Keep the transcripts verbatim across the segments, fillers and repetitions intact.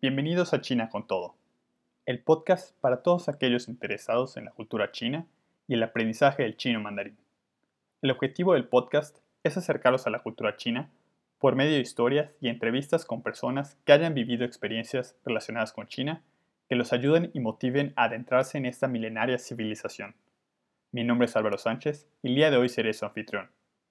Bienvenidos a China con Todo, el podcast para todos aquellos interesados en la cultura china y el aprendizaje del chino mandarín. El objetivo del podcast es acercarlos a la cultura china por medio de historias y entrevistas con personas que hayan vivido experiencias relacionadas con China que los ayuden y motiven a adentrarse en esta milenaria civilización. Mi nombre es Álvaro Sánchez y el día de hoy seré su anfitrión.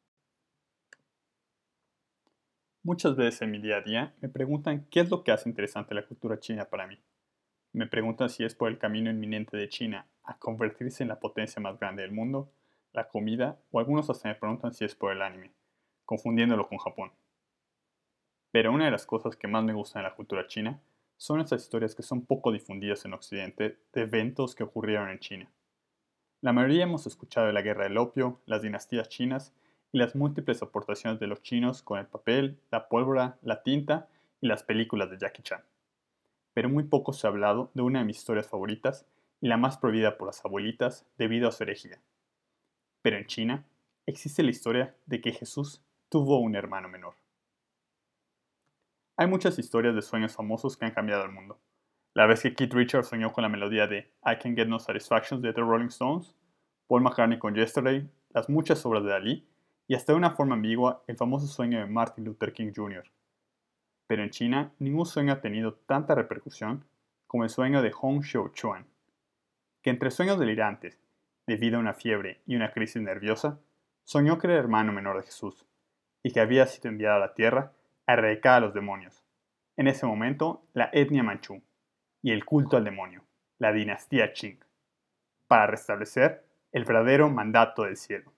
Muchas veces en mi día a día me preguntan qué es lo que hace interesante la cultura china para mí. Me preguntan si es por el camino inminente de China a convertirse en la potencia más grande del mundo, la comida, o algunos hasta me preguntan si es por el anime, confundiéndolo con Japón. Pero una de las cosas que más me gustan de la cultura china son esas historias que son poco difundidas en Occidente de eventos que ocurrieron en China. La mayoría hemos escuchado de la guerra del opio, las dinastías chinas y las múltiples aportaciones de los chinos con el papel, la pólvora, la tinta y las películas de Jackie Chan. Pero muy poco se ha hablado de una de mis historias favoritas y la más prohibida por las abuelitas debido a su herejía. Pero en China existe la historia de que Jesús tuvo un hermano menor. Hay muchas historias de sueños famosos que han cambiado el mundo. La vez que Keith Richards soñó con la melodía de I Can Get No Satisfactions de The Rolling Stones, Paul McCartney con Yesterday, las muchas obras de Dalí y hasta de una forma ambigua el famoso sueño de Martin Luther King junior Pero en China ningún sueño ha tenido tanta repercusión como el sueño de Hong Xiuquan, que entre sueños delirantes, debido a una fiebre y una crisis nerviosa, soñó que era el hermano menor de Jesús y que había sido enviado a la tierra a erradicar a los demonios. En ese momento, la etnia manchú y el culto al demonio, la dinastía Qing, para restablecer el verdadero mandato del cielo.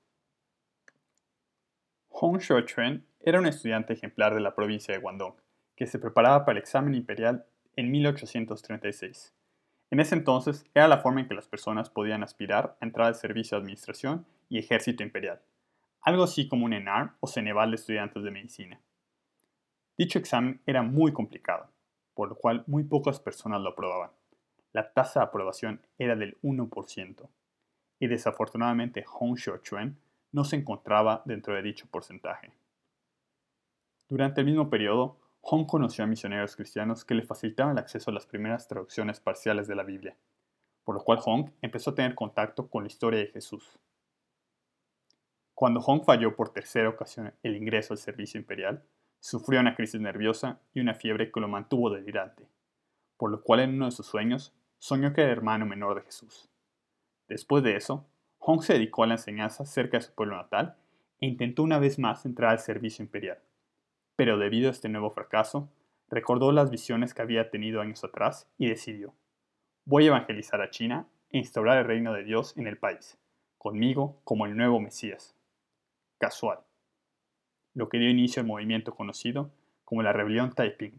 Hong Xiuquan era un estudiante ejemplar de la provincia de Guangdong, que se preparaba para el examen imperial en mil ochocientos treinta y seis. En ese entonces era la forma en que las personas podían aspirar a entrar al servicio de administración y ejército imperial, algo así como un ENAR o Ceneval de estudiantes de medicina. Dicho examen era muy complicado, por lo cual muy pocas personas lo aprobaban. La tasa de aprobación era del uno por ciento, y desafortunadamente Hong Xiuquan no se encontraba dentro de dicho porcentaje. Durante el mismo periodo, Hong conoció a misioneros cristianos que le facilitaban el acceso a las primeras traducciones parciales de la Biblia, por lo cual Hong empezó a tener contacto con la historia de Jesús. Cuando Hong falló por tercera ocasión el ingreso al servicio imperial, sufrió una crisis nerviosa y una fiebre que lo mantuvo delirante, por lo cual en uno de sus sueños soñó que era el hermano menor de Jesús. Después de eso, Hong se dedicó a la enseñanza cerca de su pueblo natal e intentó una vez más entrar al servicio imperial. Pero debido a este nuevo fracaso, recordó las visiones que había tenido años atrás y decidió: voy a evangelizar a China e instaurar el reino de Dios en el país, conmigo como el nuevo Mesías. Casual. Lo que dio inicio al movimiento conocido como la Rebelión Taiping.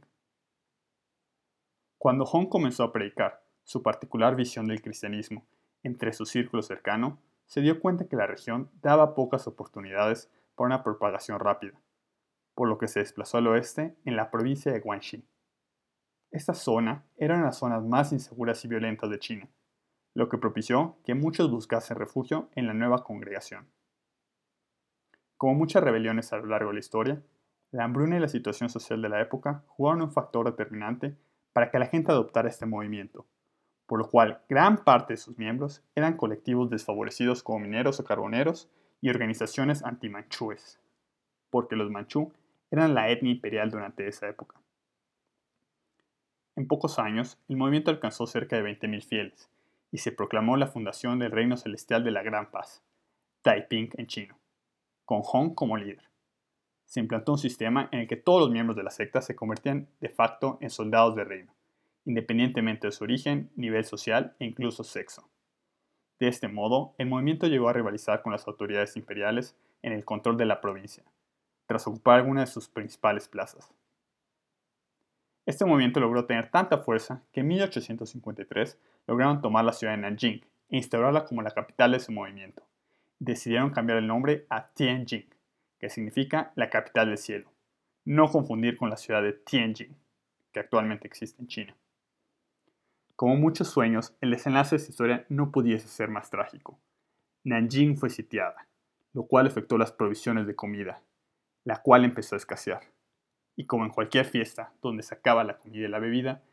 Cuando Hong comenzó a predicar su particular visión del cristianismo entre su círculo cercano, se dio cuenta que la región daba pocas oportunidades para una propagación rápida, por lo que se desplazó al oeste en la provincia de Guangxi. Esta zona era una de las zonas más inseguras y violentas de China, lo que propició que muchos buscasen refugio en la nueva congregación. Como muchas rebeliones a lo largo de la historia, la hambruna y la situación social de la época jugaron un factor determinante para que la gente adoptara este movimiento, por lo cual gran parte de sus miembros eran colectivos desfavorecidos como mineros o carboneros y organizaciones anti-manchúes, porque los manchú eran la etnia imperial durante esa época. En pocos años, el movimiento alcanzó cerca de veinte mil fieles y se proclamó la fundación del Reino Celestial de la Gran Paz, Taiping en chino, con Hong como líder. Se implantó un sistema en el que todos los miembros de la secta se convertían de facto en soldados del reino, independientemente de su origen, nivel social e incluso sexo. De este modo, el movimiento llegó a rivalizar con las autoridades imperiales en el control de la provincia, tras ocupar algunas de sus principales plazas. Este movimiento logró tener tanta fuerza que en mil ochocientos cincuenta y tres lograron tomar la ciudad de Nanjing e instaurarla como la capital de su movimiento. Decidieron cambiar el nombre a Tianjin, que significa la capital del cielo, no confundir con la ciudad de Tianjin, que actualmente existe en China. Como muchos sueños, el desenlace de esta historia no pudiese ser más trágico. Nanjing fue sitiada, lo cual afectó las provisiones de comida, la cual empezó a escasear. Y como en cualquier fiesta donde se acaba la comida y la bebida,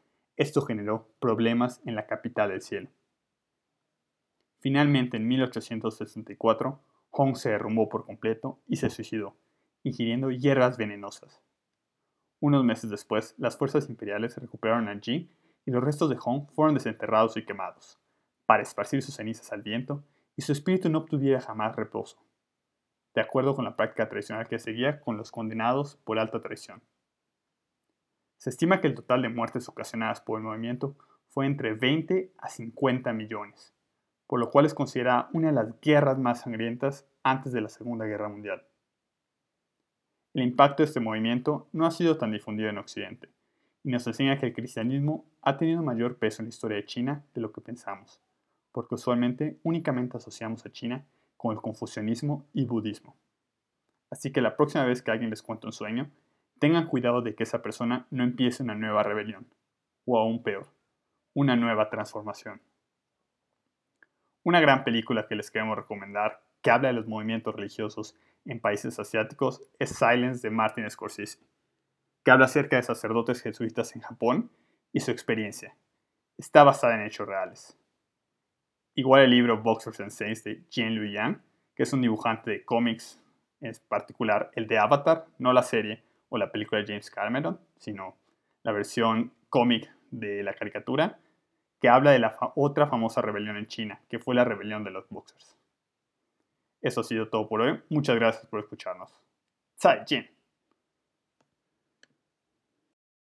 Esto generó problemas en la capital del cielo. Finalmente, en mil ochocientos sesenta y cuatro, Hong se derrumbó por completo y se suicidó, ingiriendo hierbas venenosas. Unos meses después, las fuerzas imperiales recuperaron a Ji y los restos de Hong fueron desenterrados y quemados, para esparcir sus cenizas al viento y su espíritu no obtuviera jamás reposo, de acuerdo con la práctica tradicional que seguía con los condenados por alta traición. Se estima que el total de muertes ocasionadas por el movimiento fue entre veinte a cincuenta millones, por lo cual es considerada una de las guerras más sangrientas antes de la Segunda Guerra Mundial. El impacto de este movimiento no ha sido tan difundido en Occidente, y nos enseña que el cristianismo ha tenido mayor peso en la historia de China de lo que pensamos, porque usualmente únicamente asociamos a China con el confucianismo y budismo. Así que la próxima vez que alguien les cuente un sueño, tengan cuidado de que esa persona no empiece una nueva rebelión, o aún peor, una nueva transformación. Una gran película que les queremos recomendar, que habla de los movimientos religiosos en países asiáticos, es Silence de Martin Scorsese, que habla acerca de sacerdotes jesuitas en Japón y su experiencia. Está basada en hechos reales. Igual el libro Boxers and Saints de Jian Liu Yang, que es un dibujante de cómics, en particular el de Avatar, no la serie o la película de James Cameron, sino la versión cómic de la caricatura, que habla de la fa- otra famosa rebelión en China, que fue la rebelión de los Boxers. Eso ha sido todo por hoy. Muchas gracias por escucharnos. Zai Jin.